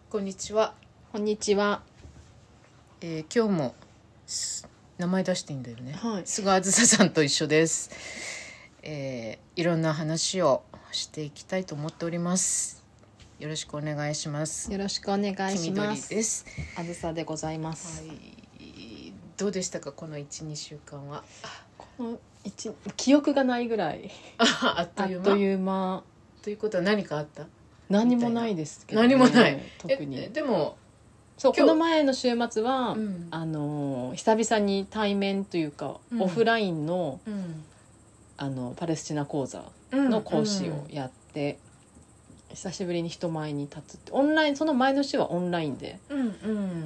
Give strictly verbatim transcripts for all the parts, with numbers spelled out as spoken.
こんにちは。 こんにちは。 えー、今日も名前出していいんだよね、 はい、 菅あずささんと一緒です。えー、いろんな話をしていきたいと思っております。よろしくお願いします。 よろしくお願いします。 黄緑です。 あずさでございます。 はい、どうでしたかこの いち,に 週間は。 この一記憶がないぐらいあっという間。 あっという間ということは何かあった？ 何もないですけど、ね、 何もない。 特に。 えでもそうこの前の週末は、 うん、 あの久々に対面というか、うん、オフラインの、うん、あのパレスチナ講座の講師をやって、うんうん、久しぶりに人前に立つって。オンラインその前の週はオンラインで、うんうん、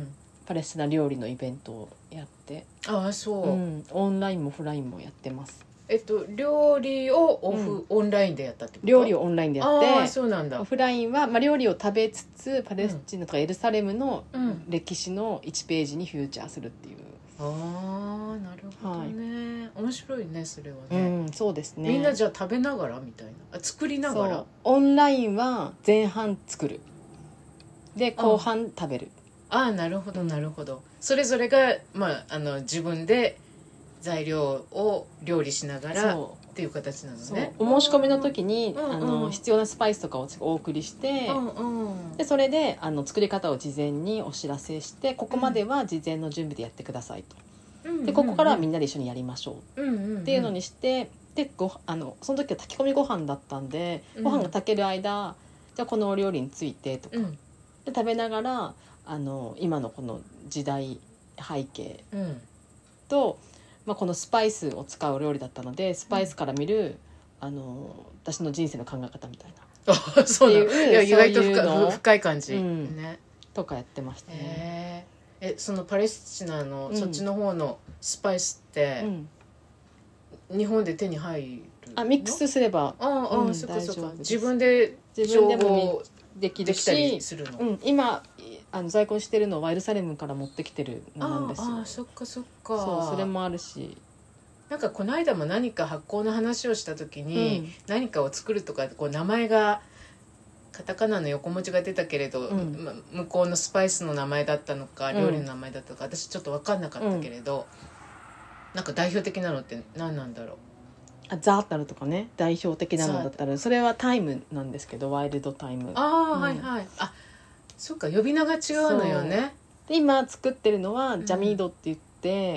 パレスチナ料理のイベントをやって、 ああそう、うん、 オンラインもオフラインもやってます。 えっと、料理をオフ、うん、オンラインでやったってこと？ 料理をオンラインでやって、 あそうなんだ。 オフラインは、まあ、料理を食べつつパレスチナとかエルサレムの歴史のいちページにフューチャーするっていう、 うん、ああなるほどね、はい、面白いねそれはね、 うん、そうですね。 みんなじゃあ食べながらみたいな、あ作りながら。 オンラインは前半作るで後半食べる。 ああなるほどなるほど、うん、それぞれが、まあ、あの自分で材料を料理しながらっていう形なのね。 お申し込みの時に、うんうん、あの必要なスパイスとかをお送りして、うんうん、でそれであの作り方を事前にお知らせして、ここまでは事前の準備でやってくださいと、うん、でここからはみんなで一緒にやりましょう、うんうんうん、っていうのにして、でごあのその時は炊き込みご飯だったんで、うん、ご飯が炊ける間じゃあこのお料理についてとか、うん、で食べながらあの今のこの時代背景と、うんまあ、このスパイスを使う料理だったので、スパイスから見る、うん、あの私の人生の考え方みたいな、 あそうなの。いや意外と 深, 深い感じ、 うんね、 とかやってましたね。 えそのパレスチナの、うん、そっちの方のスパイスって、うん、日本で手に入るの？ あミックスすればああ、うん、そっかそっか。自分で自分でもできるし、 できたりするの、 うん、今あの在庫してるのはエルサレムから持ってきてるのなんですよ。 ああそっかそっか。 そうそれもあるし、 なんかこの間も何か発酵の話をした時に、うん、何かを作るとかこう名前がカタカナの横文字が出たけれど、うんま、向こうのスパイスの名前だったのか料理の名前だったのか、うん、私ちょっと分かんなかったけれど、うん、なんか代表的なのって何なんだろう。 あザータルとかね、代表的なのだったらそれはタイムなんですけど、ワイルドタイム。 ああ、うん、はいはい。あそっか呼び名が違うのよね。 で今作ってるのはジャミードって言って、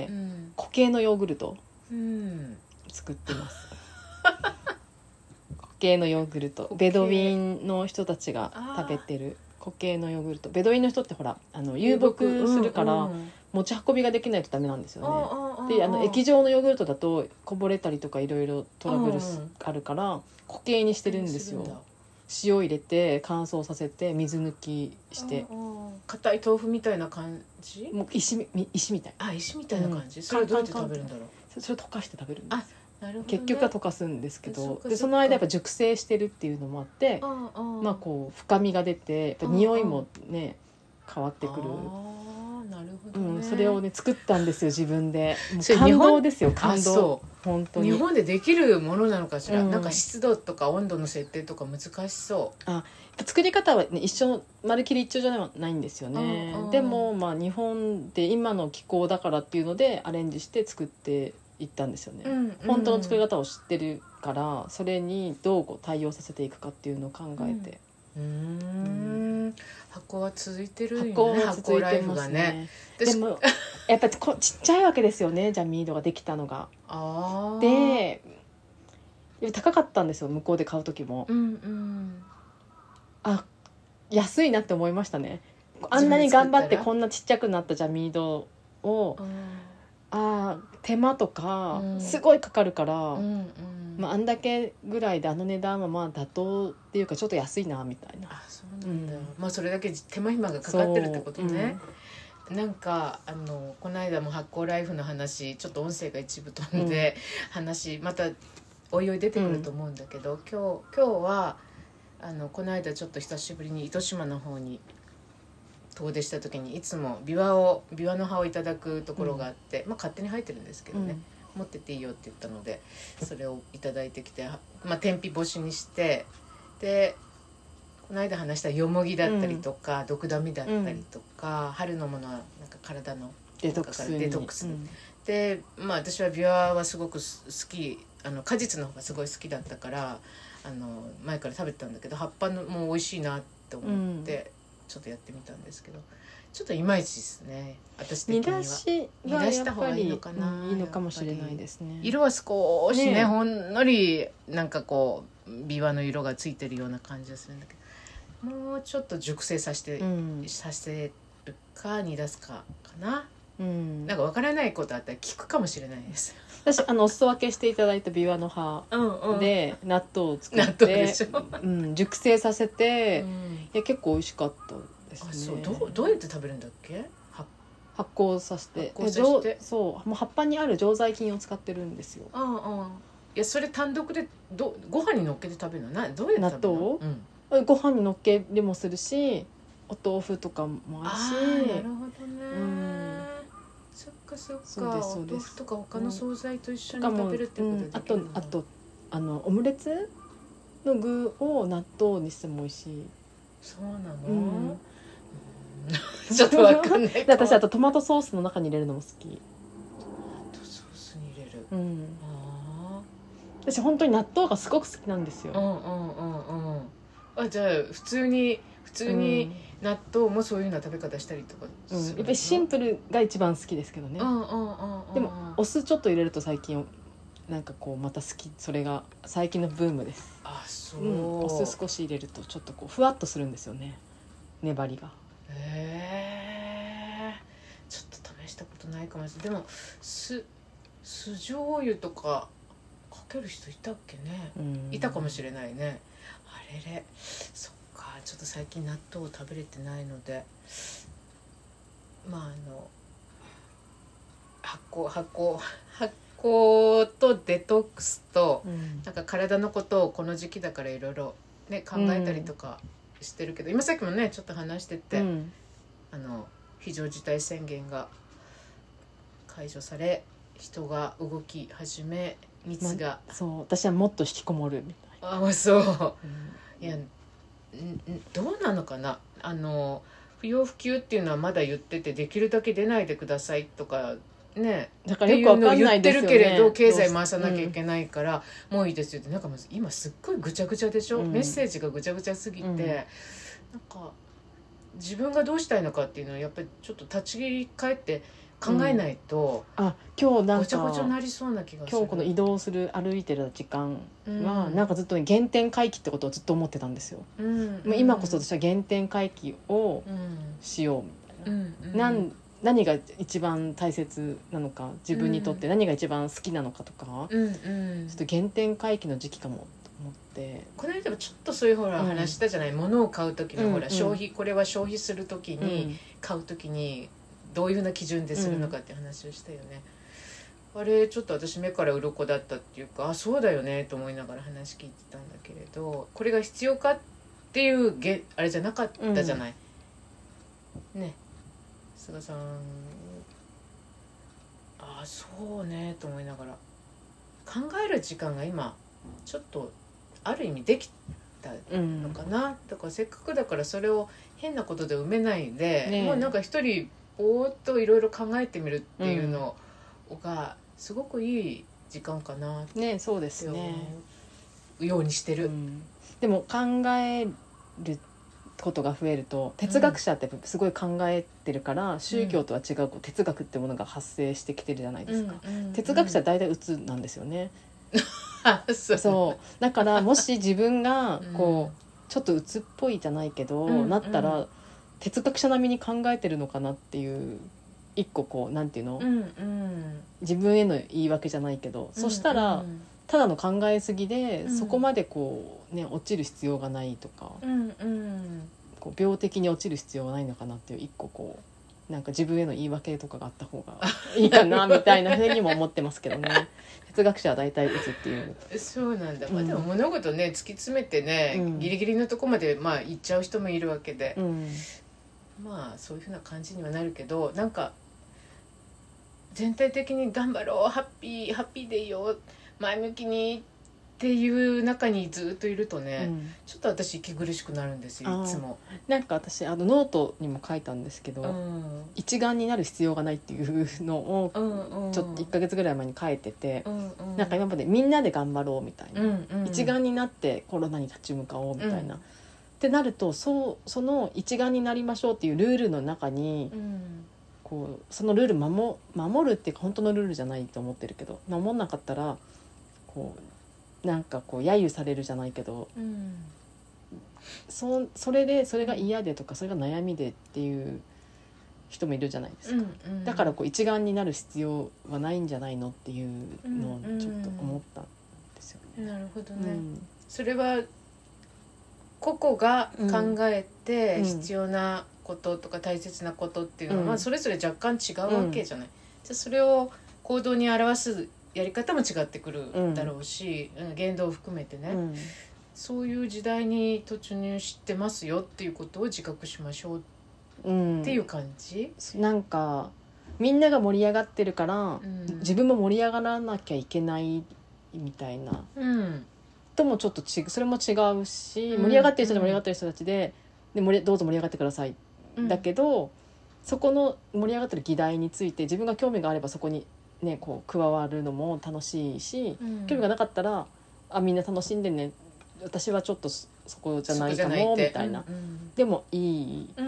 うん、固形のヨーグルト作ってます、うん、固形のヨーグルト、ベドウィンの人たちが食べてる固形のヨーグルト。ベドウィンの人ってほらあの遊牧するから、うんうん、持ち運びができないとダメなんですよね。であの液状のヨーグルトだとこぼれたりとかいろいろトラブルあるから固形にしてるんですよ。塩入れて乾燥させて水抜きして硬い豆腐みたいな感じ。 もう石、石みたい。 あ石みたいな感じ、うん、それはどうやって食べるんだろう。 それ溶かして食べるんです。 あなるほどね、 結局は溶かすんですけど、でその間やっぱ熟成してるっていうのもあってまあこう深みが出てやっぱ匂いもね変わってくる。 なるほどね、 うん、それをね作ったんですよ自分で。もう感動ですよ感動。本当に日本でできるものなのかしら、うん、なんか湿度とか温度の設定とか難しそう。 あ作り方は、ね、一緒まるっきり一緒じゃないんですよね。でも、まあ、日本で今の気候だからっていうのでアレンジして作っていったんですよね、うんうん、本当の作り方を知ってるからそれにどうこう対応させていくかっていうのを考えて、 うん、うん発酵は続いてるよね。 発酵は続いてますね。でもやっぱりこちっちゃいわけですよねジャミードができたのが。あで高かったんですよ向こうで買う時も、うんうん、あ安いなって思いましたね。あんなに頑張ってこんなちっちゃくなったジャミードを、うん、あ手間とかすごいかかるから、うんうんまあ、あんだけぐらいであの値段はまあ妥当っていうかちょっと安いなみたいな。 あそうなんだ、うん、まあそれだけ手間暇がかかってるってことね、うん、なんかあのこの間も発酵ライフの話ちょっと音声が一部飛んで、うん、話またおいおい出てくると思うんだけど、うん、今日今日はあのこの間ちょっと久しぶりに糸島の方に遠出した時にいつもビワをビワの葉をいただくところがあって、うんまあ、勝手に生えてるんですけどね、うん、持ってっていいよって言ったのでそれをいただいてきて、まあ、天日干しにしてでこの間話したよもぎだったりとか、うん、ドクダミだったりとか、うん、春のものはなんか体のデトックスにデトックス、うん、で、まあ、私はビワはすごく好き、あの果実の方がすごい好きだったからあの前から食べてたんだけど、葉っぱのも美味しいなって思ってちょっとやってみたんですけど、ちょっといまいちですね私的には。 煮出しはやっぱりいいのかな、うん、いいのかもしれないですね。 色は少し ね, ねほんのりなんかこうビワの色がついてるような感じがするんだけど、もうちょっと熟成させて、うん、させるか煮出すかかな、うん、なんか分からないことあったら聞くかもしれないです。 私あのお裾分けしていただいたビワの葉で納豆を作って、納豆でしょ、うん、熟成させて、うん、いや結構美味しかったですね。 あ、そう、どう、どうやって食べるんだっけ？ 発酵させて、 発酵させて、 そうもう葉っぱにある常在菌を使ってるんですよ。 ああ、ああ、いやそれ単独でどご飯に乗っけて食べるの？などうやって食べるの？納豆、うん、ご飯に乗っけりもするし、お豆腐とかもあるし。 あ、なるほどね、うん、そっかそっか。そうですそうです。お豆腐とか他の惣菜と一緒に食べるってことで、うん、あとあとあのオムレツの具を納豆にしても美味しい。 そうなの？うん、ちょっとわかんない私あとトマトソースの中に入れるのも好き。 トマトソースに入れる、 うん、あ、私本当に納豆がすごく好きなんですよ。 うんうんうんうん。あ、じゃあ普通に普通に納豆もそういうような食べ方したりとかするの？ うん、やっぱりシンプルが一番好きですけどね、 うんうんうんうん、 でもお酢ちょっと入れると最近なんかこうまた好き、それが最近のブームです。 あ、そう、 うん、お酢少し入れるとちょっとこうふわっとするんですよね、粘りが。 へえ、ちょっと試したことないかもしれない。でも酢酢醤油とかかける人いたっけね、うん、いたかもしれないね。あれれ、そっか、ちょっと最近納豆を食べれてないので、まああの発酵発酵発酵とデトックスと、うん、なんか体のことをこの時期だからいろいろね考えたりとかしてるけど、うん、今さっきもねちょっと話してて、うん、あの非常事態宣言が解除され人が動き始め密が、 ま、そう私はもっと引きこもるみたいな。 あ、そう、うん、いやどうなのかな、あの不要不急っていうのはまだ言ってて、できるだけ出ないでくださいとかね、 だからよくわかんないですよね。 っていうのを言ってるけれど経済回さなきゃいけないから、うん、もういいですよって、なんか今すっごいぐちゃぐちゃでしょ、うん、メッセージがぐちゃぐちゃすぎて、うん、なんか自分がどうしたいのかっていうのをやっぱりちょっと立ち返って考えないと、 うん、あ今日なんかごちゃごちゃなりそうな気がする。 今日この移動する歩いてる時間は、うん、なんかずっと原点回帰ってことをずっと思ってたんですよ、うん、もう今こそ私は原点回帰をしようみたいな、うんうん、なん何が一番大切なのか、自分にとって何が一番好きなのかとか、うんうん、ちょっと原点回帰の時期かもと思って。 この間もちょっとそういうほら話したじゃない、うん、物を買う時のほら、うんうん、消費、これは消費する時に、買う時にどういうふうな基準でするのかって話をしたよね、うん、あれちょっと私目から鱗だったっていうか、あそうだよねと思いながら話聞いてたんだけれど、これが必要かっていうげあれじゃなかったじゃない、うん、ね、菅さん、ああそうねと思いながら考える時間が今ちょっとある意味できたのかな、うん、だからせっかくだからそれを変なことで埋めないで、ね、もうなんか一人ぼーっといろいろ考えてみるっていうのがすごくいい時間かなってね、そうですね、 ようにしてる、 うん、でも考えることが増えると哲学者ってすごい考えてるから、うん、宗教とは違うこう哲学ってものが発生してきてるじゃないですか、うんうんうん、哲学者は大体鬱なんですよねそう、そうだからもし自分がこう、うん、ちょっと鬱っぽいじゃないけど、うんうん、なったら哲学者並みに考えてるのかなっていう一個こうなんていうの、うんうん、自分への言い訳じゃないけど、うんうん、そしたらただの考えすぎで、うん、そこまでこうね落ちる必要がないとか、うんうん、こう病的に落ちる必要はないのかなっていう一個こうなんか自分への言い訳とかがあった方がいいかなみたいなふうにも思ってますけどね哲学者は大体鬱っていう。 そうなんだ、まあ、でも物事ね突き詰めてね、うん、ギリギリのとこまでまあ行っちゃう人もいるわけで、うん、まあそういうふうな感じにはなるけど、なんか全体的に頑張ろう、ハッピーハッピーでいよう、前向きにっっていう中にずっといるとね、 うん、 ちょっと私息苦しくなるんですよいつも。 なんか私あのノートにも書いたんですけど、うん、一丸になる必要がないっていうのをちょっといっかげつぐらい前に書いてて、うんうん、なんか今までみんなで頑張ろうみたいな、うんうん、一丸になってコロナに立ち向かおうみたいな、うん、ってなると そ, その一丸になりましょうっていうルールの中に、うん、こうそのルール 守, 守るっていうか本当のルールじゃないと思ってるけど、守んなかったらこうなんかこう揶揄されるじゃないけど、うん、そ, それでそれが嫌でとかそれが悩みでっていう人もいるじゃないですか、うんうん、だからこう一丸になる必要はないんじゃないのっていうのをちょっと思ったんですよね、 うんうん、なるほどね、うん、それは個々が考えて必要なこととか大切なことっていうのは、うん、まあ、それぞれ若干違うわけじゃない、うん、じゃそれを行動に表すやり方も違ってくるだろうし、うん、言動を含めてね、うん、そういう時代に突入してますよっていうことを自覚しましょうっていう感じ、 うん、なんかみんなが盛り上がってるから、うん、自分も盛り上がらなきゃいけないみたいな、うん、ともちょっとちそれも違うし、盛り上がってる人で盛り上がってる人たちで、で盛りどうぞ盛り上がってください、うん、だけどそこの盛り上がってる議題について自分が興味があればそこにね、こう加わるのも楽しいし、うん、興味がなかったらあみんな楽しんでね、私はちょっとそこじゃないかもみたいな、うんうん、でもいい、うんうん、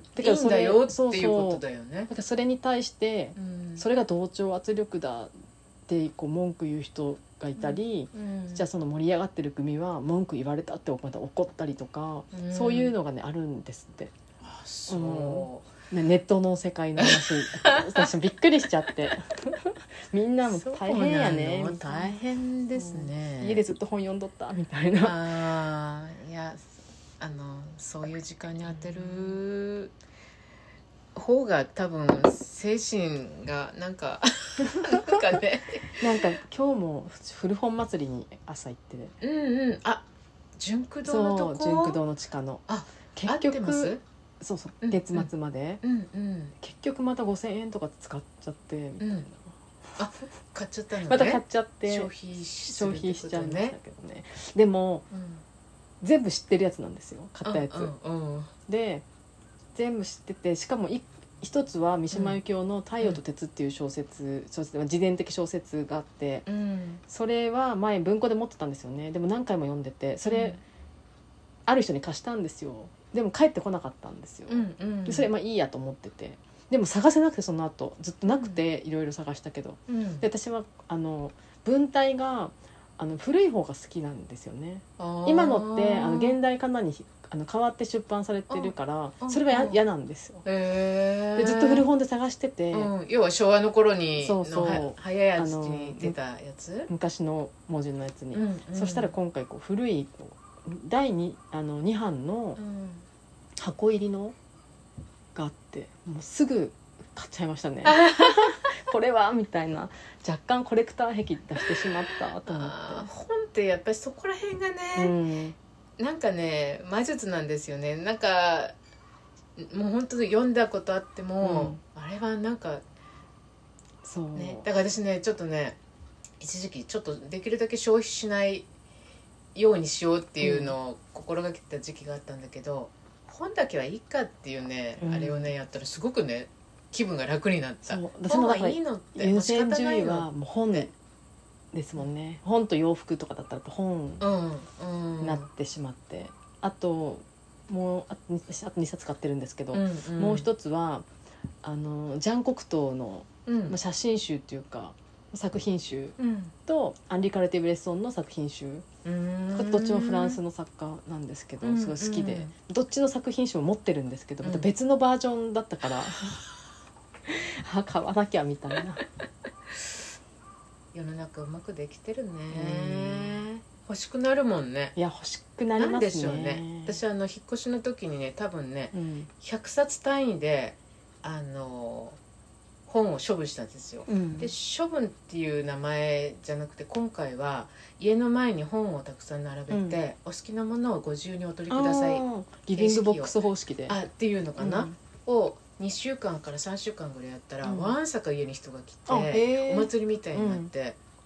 だからそれいいんだよっていうことだよね。 だからそれに対して、うん、それが同調圧力だってこう文句言う人がいたり、うんうん、じゃあその盛り上がってる組は文句言われたってまた怒ったりとか、うん、そういうのがねあるんですって。 あ、そう、うんね、ネットの世界の話私びっくりしちゃってみんなも大変やね、 大変ですね、 うん、家でずっと本読んどったみたいな。 あいやあのそういう時間に当てる方が多分精神がなんかなんかねなんか今日も古本祭りに朝行ってね、 うんうん、あ純駆動のとこ、 そう純駆動の地下の、 あ結局合ってます？ そうそう、月末まで、うんうん、結局またごせんえんとか使っちゃってみたいな、うん、 あ買っちゃったのね、 また買っちゃって消費し消費しちゃうんだけどね、でも、うん、全部知ってるやつなんですよ買ったやつ、うんうん、で全部知ってて、しかも一つは三島由紀夫の太陽と鉄っていう小説、小説自伝的小説があって、うん、それは前文庫で持ってたんですよね。でも何回も読んでて、それ、うん、ある人に貸したんですよ。でも帰ってこなかったんですよ、うんうん、でそれまあいいやと思ってて、でも探せなくてその後ずっとなくていろいろ探したけど、うん、で私はあの文体があの古い方が好きなんですよね。今のってあの現代かなにあの変わって出版されてるからそれが嫌なんですよ。でずっと古本で探してて、 うん、要は昭和の頃にそうそう早いやつに出たやつ、 昔の文字のやつに、うんうん、そしたら今回こう古いだい 2, あのに版の箱入りのがあってもうすぐ買っちゃいましたねこれはみたいな、若干コレクター癖出してしまったと思って。 本ってやっぱりそこら辺がね、うん、なんかね魔術なんですよね。なんかもう本当に読んだことあっても、うん、あれはなんかそう、ね、だから私ねちょっとね一時期ちょっとできるだけ消費しないようにしようっていうのを心がけてた時期があったんだけど、うん、本だけはいいかっていうね、うん、あれをねやったらすごくね気分が楽になった。そう私もだから優先順位はもう本ですもんね。本と洋服とかだったら本になってしまって、うんうん、あともうあとにさつ買ってるんですけど、うんうん、もう一つはあのジャン・コクトーの、うん、写真集っていうか作品集と、うん、アンリ・カルティ・ブレッソンの作品集、どっちもフランスの作家なんですけど、すごい好きで、うん、どっちの作品集も持ってるんですけど、また別のバージョンだったから、うん、あ買わなきゃみたいな。 世の中うまくできてるね、欲しくなるもんね。 いや欲しくなりますね。なんでしょうね。私あの引っ越しの時にね多分ね、うん、ひゃくさつ単位であの本を処分したんですよ、うん、で処分っていう名前じゃなくて今回は家の前に本をたくさん並べて、うん、お好きなものをご自由にお取りください、 リビングボックス方式であっていうのかな、うん、をにしゅうかんからさんしゅうかんぐらいやったら、うん、わんさか家に人が来てお祭りみたいになって、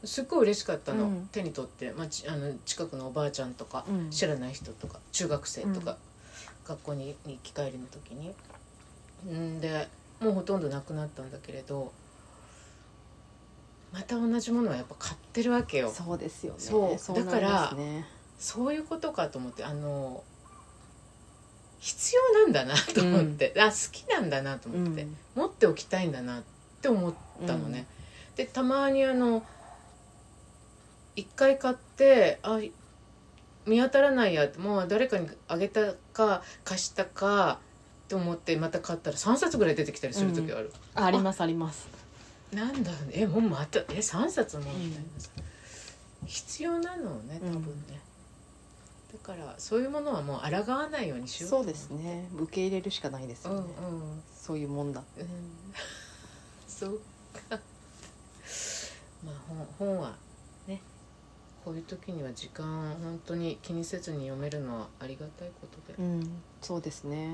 すっごい嬉しかったの、 うん、 手に取って、まあ、ちあの近くのおばあちゃんとか、 うん、 知らない人とか中学生とか、うん、学校に行き帰りの時にんでもうほとんどなくなったんだけれど、また同じものはやっぱ買ってるわけよ。 そうですよね。 そうそうなんですね。 だからそういうことかと思って、あの必要なんだなと思って、うん、あ好きなんだなと思って、うん、持っておきたいんだなって思ったのね、うん、でたまにあの一回買ってあ見当たらないやって、もう誰かにあげたか貸したかと思ってまた買ったらさんさつぐらい出てきたりする時ある、 うん、あ, ありますあります。なんだえもうまたえさんさつもみたいなさ、うん、必要なのね多分ね、うん、だからそういうものはもう抗わないようにしようと思って。 そうですね、受け入れるしかないですよね、うんうん、そういうもんだって、うん、 そうかまあ 本, 本はねこういう時には時間本当に気にせずに読めるのはありがたいことで、 うん、そうですね、うん、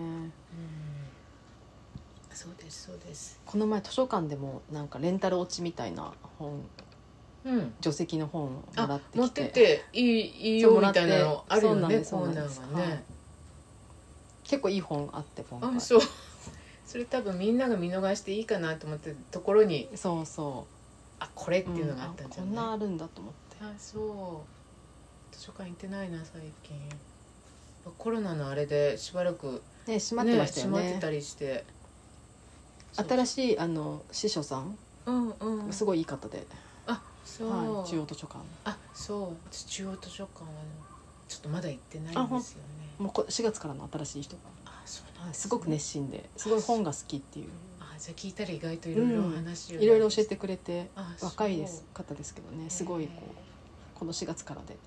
そうですそうです。 この前図書館でもなんかレンタル落ちみたいな本、うん、書籍の本をもらってきて、 持ってていい、いいよみたいなのあるよね、コーナーがね、はい、 結構いい本あって今回。 あそうそれ多分みんなが見逃していいかなと思ってるところに、 そうそうあこれっていうのがあったんじゃない、 うん、こんなあるんだと思って。 あそう図書館行ってないな最近。コロナのあれでしばらくね閉まってましたよね。 閉まってたりして、 新しいあの司書さん、うんうん、すごいいい方で、 あそう、 はい、中央図書館、 あそう中央図書館はちょっとまだ行ってないんですよね。 もうしがつからの新しい人が、 あそうなんですね、 すごく熱心ですごい本が好きっていう。 あじゃあ聞いたら意外といろいろ話を、 いろいろ教えてくれて、若いです方ですけどね、すごいこうこのしがつからでって。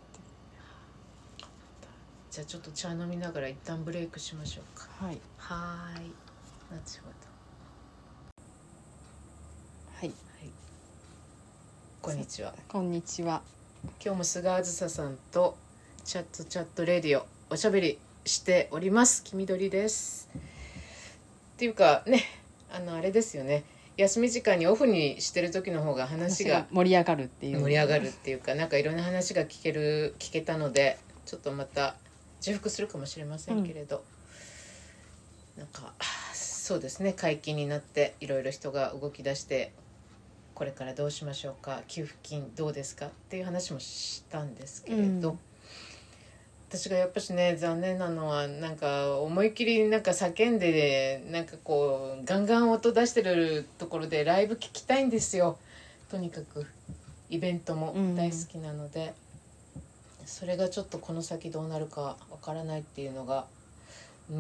じゃあちょっと茶飲みながら一旦ブレイクしましょうか。 はいはい後ほど。 はい、はい、 こんにちは。 こんにちは。 今日も菅あずささんとチャットチャットレディオおしゃべりしております。黄緑です。っていうかね、あのあれですよね。休み時間にオフにしてる時の方が話が盛り上がるっていう盛り上がるっていうか、なんかいろんな話が聞ける聞けたので、ちょっとまた重複するかもしれませんけれど、うん、なんかそうですね、解禁になっていろいろ人が動き出して、これからどうしましょうか、給付金どうですかっていう話もしたんですけれど、うん、私がやっぱしね残念なのは、なんか思いっきりなんか叫んで、なんかこうガンガン音出してるところでライブ聞きたいんですよ。とにかくイベントも大好きなので、うん、それがちょっとこの先どうなるかわからないっていうのが、うん、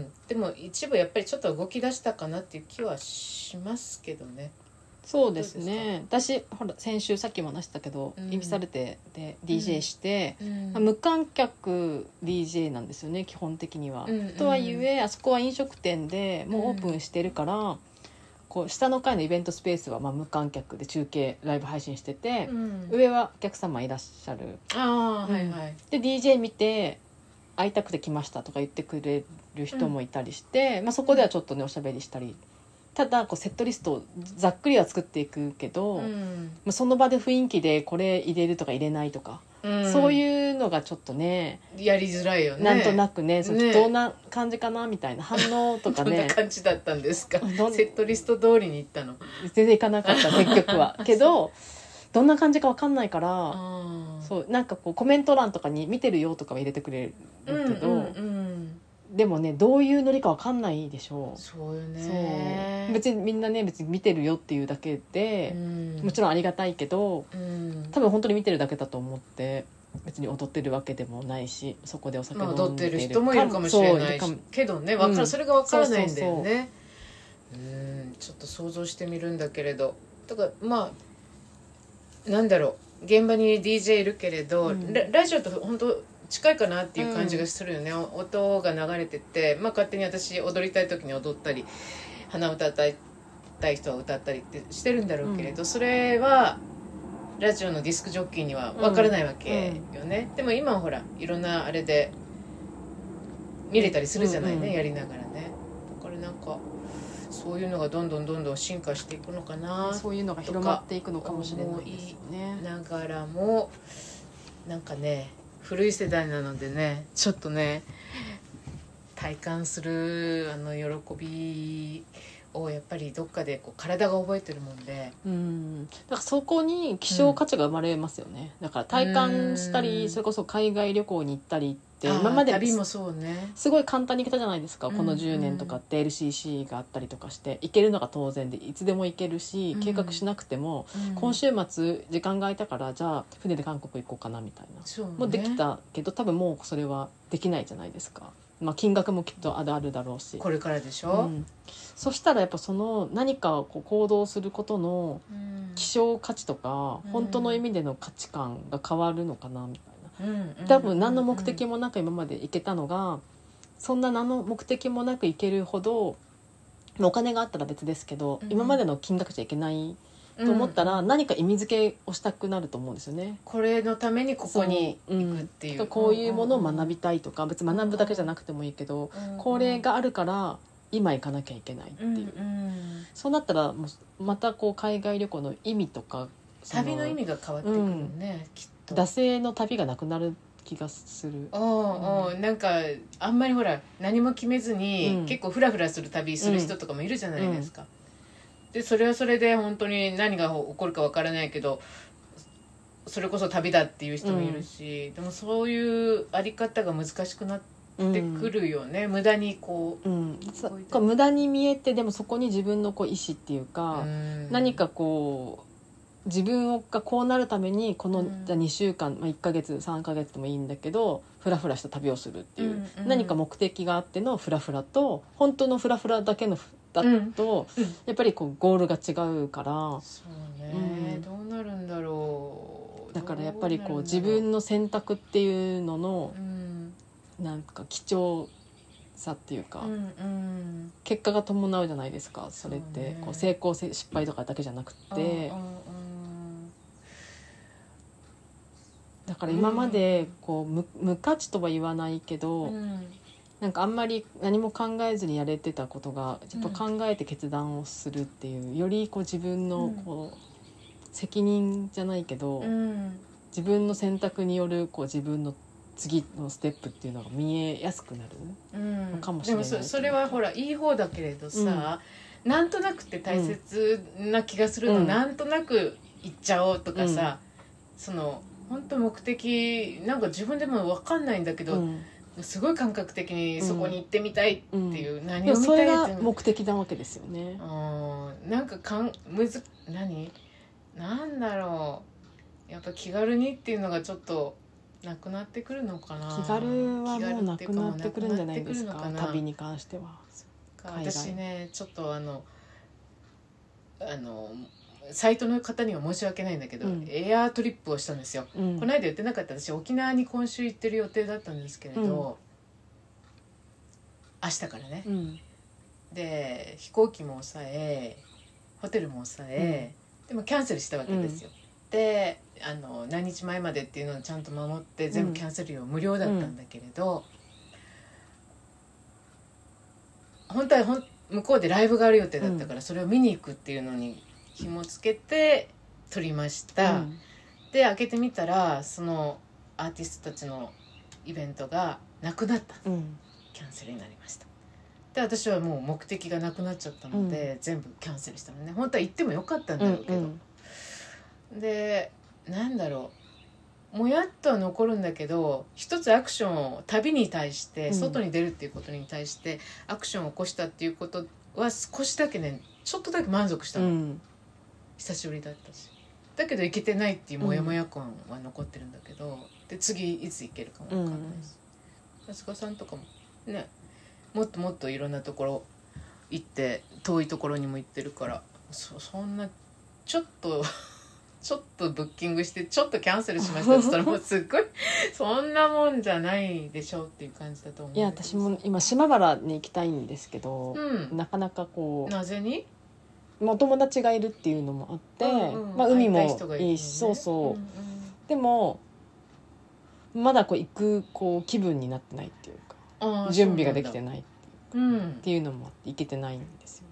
でも一部やっぱりちょっと動き出したかなっていう気はしますけどね。 そうですね、私ほら先週さっきも話したけど、うん、インフィサルテで ディージェー して、うんまあ、無観客 ディージェー なんですよね基本的には、うんうん、とはいえあそこは飲食店でもうオープンしてるから、うん、こう下の階のイベントスペースはまあ無観客で中継ライブ配信してて、うん、上はお客様いらっしゃる、 あ、うんはいはい、 で ディージェー 見て会いたくて来ましたとか言ってくれる人もいたりして、うんまあ、そこではちょっとねおしゃべりしたり、ただこうセットリストをざっくりは作っていくけど、うん、その場で雰囲気でこれ入れるとか入れないとか、うん、そういうのがちょっとねやりづらいよね。 なんとなく ね, ねどんな感じかなみたいな反応とかねどんな感じだったんですかセットリスト通りに行ったの？ 全然行かなかった結局はけどどんな感じか分かんないから、そうなんかこうコメント欄とかに見てるよとかは入れてくれるけど、うんうんうんでもねどういうノリか分かんないでしょう。 そうよね。 そう別にみんなね別に見てるよっていうだけで、うん、もちろんありがたいけど、うん、多分本当に見てるだけだと思って別に踊ってるわけでもないし、そこでお酒飲んでる、まあ、踊ってる人もいるかもしれないしけどね、分かる、うん、それが分からないんだよね。うんちょっと想像してみるんだけれど、だからまあなんだろう、現場に ディージェー いるけれど、うん、ラ, ラジオと本当近いかなっていう感じがするよね、うん、音が流れてて、まあ、勝手に私踊りたい時に踊ったり鼻歌歌いたい人は歌ったりってしてるんだろうけれど、うん、それはラジオのディスクジョッキーには分からないわけよね、うんうん、でも今はほらいろんなあれで見れたりするじゃないね、うんうん、やりながらね。だからなんかそういうのがどんどんどんどん進化していくのかな、 そういうのが広まっていくのかもしれないですよね。 ながらもなんかね古い世代なのでねちょっとね体感するあの喜びをやっぱりどっかでこう体が覚えてるもんで、 うん、だからそこに希少価値が生まれますよね、うん、だから体感したりそれこそ海外旅行に行ったりって今まで旅もそうねすごい簡単に行けたじゃないですか、 うん、 このじゅうねんとかって エルシーシー があったりとかして行けるのが当然でいつでも行けるし、うん、計画しなくても、うん、今週末時間が空いたからじゃあ船で韓国行こうかなみたいな、ね、もうできたけど多分もうそれはできないじゃないですか。まあ、金額もきっとあるあるだろうしこれからでしょ、うん、 そしたらやっぱその何かこう行動することの希少価値とか、うん、本当の意味での価値観が変わるのかなみたいな、うん、多分何の目的もなく今まで行けたのがそんな何の目的もなく行けるほどお金があったら別ですけど、うん、今までの金額じゃいけないと思ったら何か意味付けをしたくなると思うんですよね。 これのためにここに行くっていう、 うん、こういうものを学びたいとか別に学ぶだけじゃなくてもいいけど、うん、これがあるから今行かなきゃいけないっていう、うんうん、そうなったらもうまたこう海外旅行の意味とか旅の意味が変わってくるね、うん、きっと惰性の旅がなくなる気がする。 おうおう、なんかあんまりほら何も決めずに、うん、結構フラフラする旅する人とかもいるじゃないですか、うんでそれはそれで本当に何が起こるかわからないけどそれこそ旅だっていう人もいるし、うん、でもそういうあり方が難しくなってくるよね、うん、無駄にこう、うん、 こう無駄に見えてでもそこに自分のこう意思っていうか、うん、何かこう自分がこうなるためにこの、うん、じゃあにしゅうかん、まあ、いっかげつさんかげつでもいいんだけどフラフラした旅をするっていう、うんうん、何か目的があってのフラフラと本当のフラフラだけのだと、うん、やっぱりこうゴールが違うからそうね、うん、どうなるんだろう。 だからやっぱりこう自分の選択っていうのの、うん、なんか貴重さっていうか、うんうん、結果が伴うじゃないですかそれって、ね、こう成功失敗とかだけじゃなくて、だから今までこう 無, 無価値とは言わないけど、うんなんかあんまり何も考えずにやれてたことがやっぱ考えて決断をするっていう、うん、よりこう自分のこう、うん、責任じゃないけど、うん、自分の選択によるこう自分の次のステップっていうのが見えやすくなるのかもしれない、 うん、でも そ, それはほらいい方だけれどさ、うん、なんとなくって大切な気がするの、うん、なんとなく行っちゃおうとかさ、うん、その本当目的なんか自分でも分かんないんだけど、うんすごい感覚的にそこに行ってみたいっていう、うん、何を見たいってそれが目的なわけですよね。 うんなんかかんむず何なんだろうやっぱ気軽にっていうのがちょっとなくなってくるのかな。 気軽はもうなくなってくるんじゃないですか旅に関しては。 そっか私ねちょっとあのあのサイトの方には申し訳ないんだけど、うん、エアートリップをしたんですよ、うん、この間言ってなかった私沖縄に今週行ってる予定だったんですけれど、うん、明日からね、うん、で飛行機も抑えホテルも抑え、うん、でもキャンセルしたわけですよ、うん、であの何日前までっていうのをちゃんと守って全部キャンセル料無料だったんだけれど、本当はほん向こうでライブがある予定だったからそれを見に行くっていうのに紐つけて撮りました、うん、で開けてみたらそのアーティストたちのイベントがなくなった、うん、キャンセルになりました。で私はもう目的がなくなっちゃったので、うん、全部キャンセルしたのね。本当は行ってもよかったんだろうけど、うんうん、でなんだろうもやっとは残るんだけど一つアクションを旅に対して外に出るっていうことに対してアクションを起こしたっていうことは少しだけねちょっとだけ満足したの、うん久しぶりだったしだけど行けてないっていうモヤモヤ感は残ってるんだけど、うん、で次いつ行けるかも分かんないし安川、うん、さんとかもねもっともっといろんなところ行って遠いところにも行ってるからそ, そんなちょっとちょっとブッキングしてちょっとキャンセルしましたって言ったらもうすっごいそんなもんじゃないでしょうっていう感じだと思う。 いや私も今島原に行きたいんですけど、うん、なかなかこうなぜにお友達がいるっていうのもあって、うんうんまあ、海もいいし、ね、そうそう、うんうん、でもまだこう行くこう気分になってないっていうか準備ができてないっていうか、うん、っていうのもあって行けてないんですよ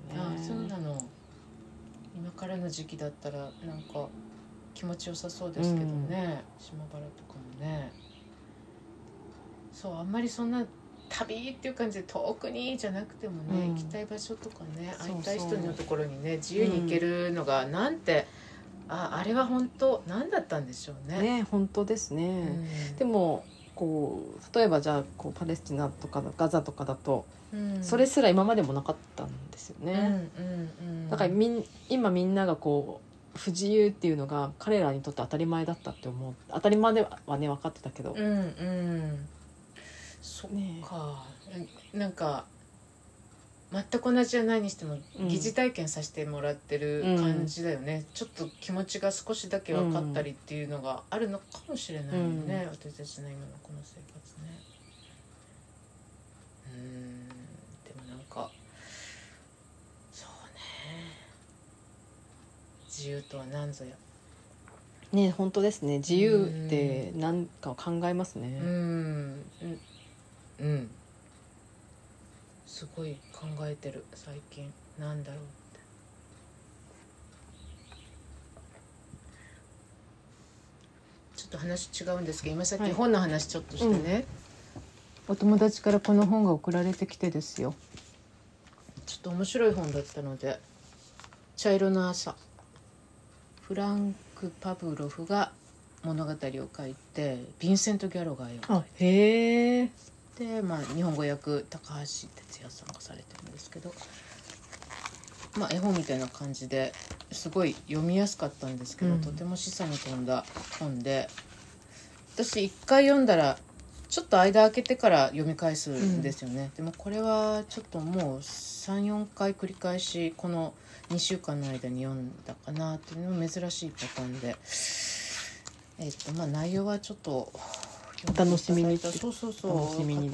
ああそうなの。今からの時期だったらなんか気持ちよさそうですけどね、うん、島原とかもね。そうあんまりそんな旅っていう感じで遠くにじゃなくてもね、うん、行きたい場所とかね、会いたい人のところにね自由に行けるのがなんて、うん、ああれは本当何だったんでしょうね。 ね本当ですね、うん、でもこう例えばじゃあこうパレスチナとかガザとかだと、うん、それすら今までもなかったんですよね、うんうんうん、だからみん今みんながこう不自由っていうのが彼らにとって当たり前だったって思う。当たり前ではね分かってたけど、 うんうんそっか、ね、なんか全く同じじゃないにしても疑似体験させてもらってる感じだよね、うん、ちょっと気持ちが少しだけ分かったりっていうのがあるのかもしれないよね、うん、私たちの今のこの生活ね。うーんでもなんかそうね自由とは何ぞやね本当ですね。自由って何かを考えますね。 うんうんうんすごい考えてる最近。なんだろうってちょっと話違うんですけど今さっき本の話ちょっとしてね、はいうん、お友達からこの本が送られてきてですよ。ちょっと面白い本だったので茶色の朝フランク・パブロフが物語を書いてヴィンセント・ギャロガーを書いてへーで、まあ、日本語訳高橋哲也さんがされてるんですけど、まあ、絵本みたいな感じですごい読みやすかったんですけど、うん、とても示唆に富んだ本で私一回読んだらちょっと間空けてから読み返すんですよね、うん、でもこれはちょっともう さん,よん 回繰り返しこのにしゅうかんの間に読んだかなっていうのも珍しいパターンで、えっとまあ、内容はちょっとお楽しみにそうそうそう楽しみにで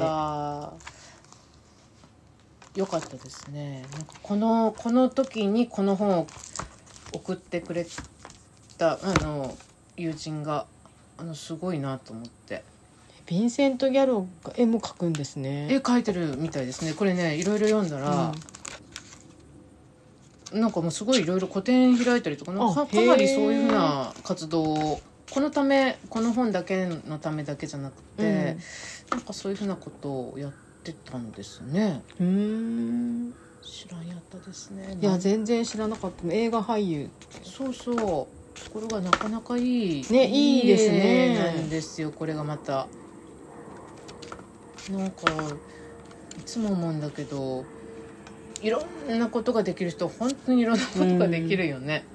よかったですね。なんかこのこの時にこの本を送ってくれたあの友人があのすごいなと思って。 ヴィンセント・ギャロが絵も描くんですね。 絵描いてるみたいですね。これねいろいろ読んだら、うん、なんかもうすごいいろいろ個展開いたりとかなんかかなりそういうふうな活動をこのためこの本だけのためだけじゃなくて、うん、なんかそういうふうなことをやってたんですね。 うーん知らんやったですね。 いや全然知らなかった。映画俳優そうそうところがなかなかいいねいいですねなんですよ。これがまたなんかいつも思うんだけどいろんなことができる人本当にいろんなことができるよね、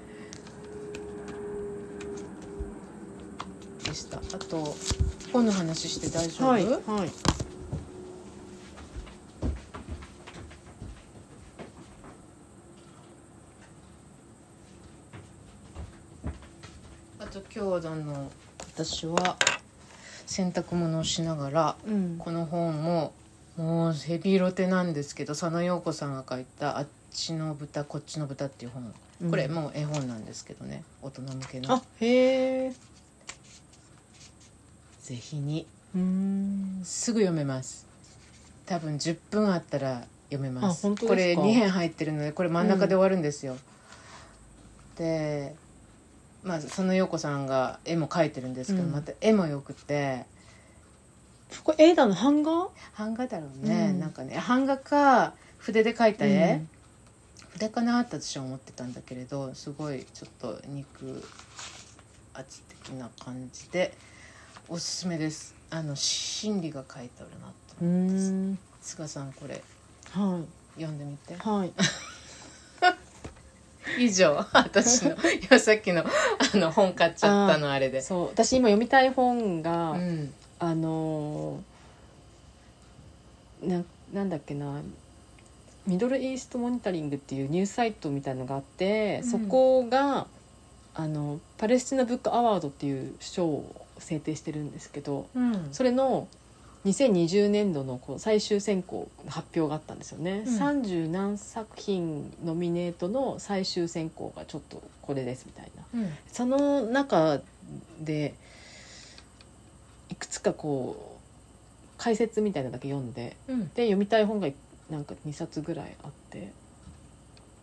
うん、でした。あと本の話して大丈夫？ はい、はい、 あと今日の私は洗濯物をしながら、うん、この本ももうヘビロテなんですけど佐野陽子さんが書いたあっちの豚こっちの豚っていう本、うん、これもう絵本なんですけどね大人向けの。 あへえぜひにうーんすぐ読めます。多分じゅっぷんあったら読めます。 あ本当ですか？ これに編入ってるのでこれ真ん中で終わるんですよ、うん、でまあ佐野陽子さんが絵も描いてるんですけど、うん、また絵もよくてこれ絵だの版画版画だろうね、うん、なんかね版画か筆で描いた絵、うん、筆かなって私は思ってたんだけれどすごいちょっと肉厚的な感じでおすすめです。あの心理が書いてあるなと思ってます。菅さんこれ、はい、読んでみて。 はい以上私のいやさっきのあの本買っちゃったのあれでそう私今読みたい本が、うん、あのな, なんだっけなミドルイーストモニタリングっていうニュースサイトみたいなのがあって、うん、そこがあのパレスチナブックアワードっていう賞を制定してるんですけど、うん、それのにせんにじゅうねんどのこう最終選考発表があったんですよね、うん、さんじゅうなんさく品ノミネートの最終選考がちょっとこれですみたいな、うん、その中でいくつかこう解説みたいなのだけ読んで、うん、で読みたい本がなんかにさつぐらいあって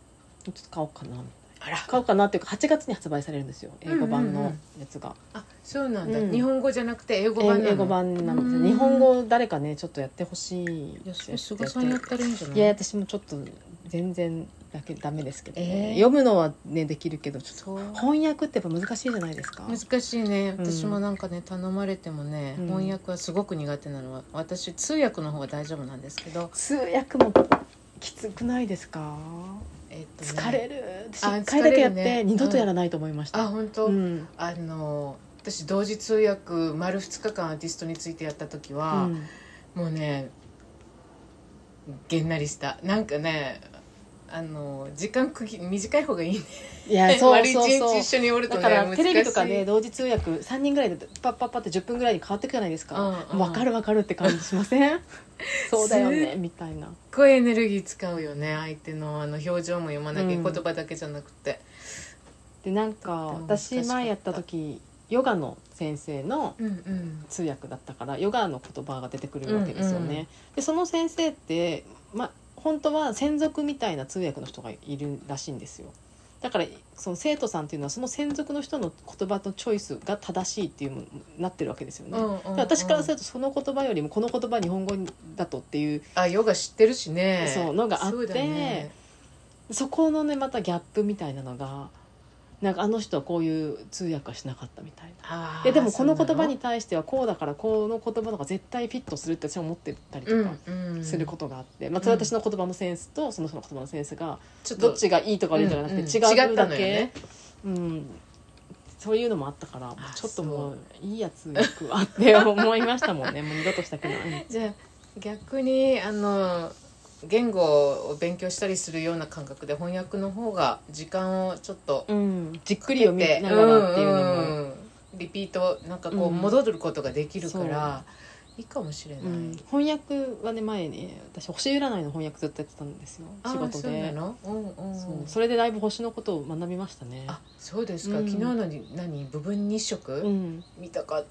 ちょっと買おうかなみたいな。 あら買おうかなっていうかはちがつに発売されるんですよ、英語版のやつが。 あ、そうなんだ、 うん日本語じゃなくて英語版なの。 英語版なんですよ。日本語誰かねちょっとやってほしい。 いや、それ菅さんやったらいいんじゃない。 いや私もちょっと全然だけダメですけどね、 えー読むのはねできるけどちょっとそう翻訳ってやっぱ難しいじゃないですか。 難しいね。 うん私もなんかね頼まれてもね、 うん翻訳はすごく苦手なのは、私通訳の方が大丈夫なんですけど、 通訳もきつくないですか。 えっとね、 疲れる。私あ一回だけやっ疲れるねて二度とやらないと思いました。 あ、本当、 うんあの私同時通訳丸ふつかかんアーティストについてやった時は、 うんもうねげんなりした。なんかね、あの時間区切短い方がいいね。 いやそう丸一そうそう日一緒におるとね、 だから難しい。 テレビとかで同時通訳さんにんぐらいでパッパッパってじゅっぷんぐらいに変わってくじゃないですか。 うんうん分かる分かるって感じしませんそうだよねみたいな。 すっごいエネルギー使うよね。相手のあの表情も読まなきゃ、 うん言葉だけじゃなくて。 でなんかとっても難しかった私前やった時ヨガの先生のうんうん通訳だったからヨガの言葉が出てくるわけですよね、 うんうんでその先生ってま本当は専属みたいな通訳の人がいるらしいんですよ。だからその生徒さんっていうのはその専属の人の言葉のチョイスが正しいっていうものになってるわけですよね、 うんうんうんで私からするとその言葉よりもこの言葉日本語だとっていうあ、ヨガ知ってるしね。 そうのがあってそうだね。 そこのねまたギャップみたいなのがなんかあの人はこういう通訳はしなかったみたいな。 あーででもこの言葉そうに対してはこうだからこの言葉の方が絶対フィットするって私は思ってたりとなのかうんうんすることがあって、まあ、それは私の言葉のセンスとその人の言葉のセンスがちょっとどっちがいいとか悪いとかじゃなくてうんうん違うだけ、 違ったのよね。 うん、そういうのもあったからあちょっともういいやつ訳はって思いましたもんねもう二度としたくないじゃあ逆にあの言語を勉強したりするような感覚で翻訳の方が時間をちょっとうんじっくり読みながらっていうのも、 うんうんリピートなんかこううん戻ることができるから、いいかもしれない、 うん、翻訳はね前ね私星占いの翻訳ずっとやってたんですよあ仕事そうなでの、うんうん、 そうそれでだいぶ星のことを学びましたね。 あそうですか、 うん昨日のに何部分日食、 うん見たかった。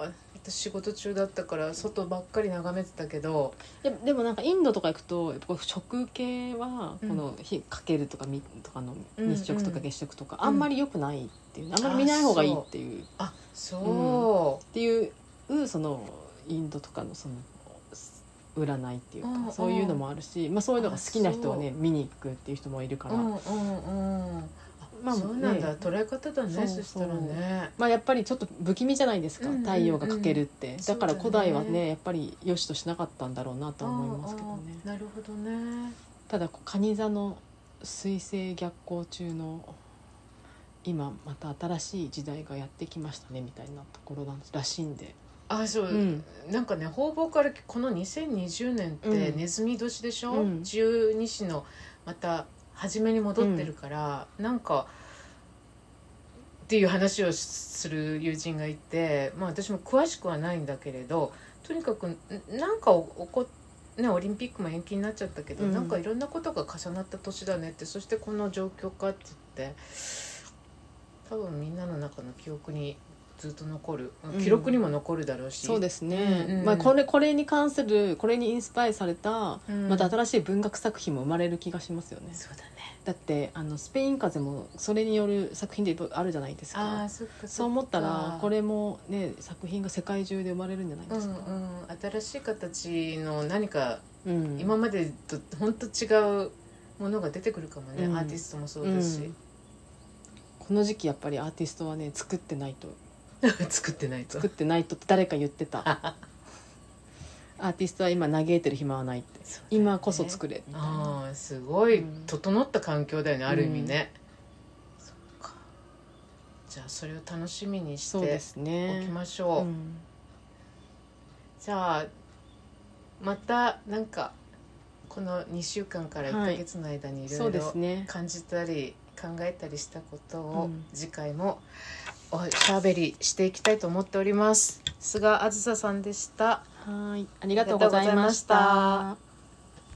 私仕事中だったから外ばっかり眺めてたけど、 いやでもなんかインドとか行くとやっぱこう食系はうんこの日かけるとかみとかのうん日食とか月食とかうんあんまり良くないっていう、あんまり見ない方がいいっていうあそっていうそのインドとかのその占いっていうか、 うんうんそういうのもあるし、まあ、そういうのが好きな人はあね見に行くっていう人もいるかう、 ら、 うんうんうん、 まあそうなんだ、 ね捉え方だね。 そうそしたらね、 まあ、やっぱりちょっと不気味じゃないですか、 うんうんうん太陽がかけるってだから古代はそうだねねやっぱり良しとしなかったんだろうなとは思いますけどね。 ああなるほどね。 ただ蟹座の水星逆行中の今また新しい時代がやってきましたねみたいなところなんらしいんで、 あそう、 うんなんかね方々からこのにせんにじゅうねんってうんネズミ年でしょ、 うん十二支のまた初めに戻ってるから、なんかっていう話をする友人がいて、まあ、私も詳しくはないんだけれど、とにかくんなんか起こね、オリンピックも延期になっちゃったけど、 うんなんかいろんなことが重なった年だねって、そしてこの状況かって言って多分みんなの中の記憶にずっと残る、 うん記録にも残るだろうし、 そうですね、 うんうんまあ、これこれに関するこれにインスパイアされた、 うんまた新しい文学作品も生まれる気がしますよね。 そうだね。 だってあのスペイン風邪もそれによる作品であるじゃないですか。 あそっかそっか。 そう思ったらこれもね作品が世界中で生まれるんじゃないですか、 うんうん、新しい形の何か、 うん今までと本当違うものが出てくるかもね、 うん、 アーティストもそうだし、 うんこの時期やっぱりアーティストはね作ってないと作ってないと作ってないとって誰か言ってたアーティストは今嘆いてる暇はないって、 そうだね今こそ作れみたいな。 ああすごいうん整った環境だよね、ある意味ね、そっか。じゃあそれを楽しみにしてそうですおねきましょう、 うんじゃあまたなんかこのにしゅうかんからいっかげつの間にいそうでろいろすね感じたり考えたりしたことうをん次回もおしゃべりしていきたいと思っております。菅あずささんでした。 はいありがとうございましありがとうございましたた。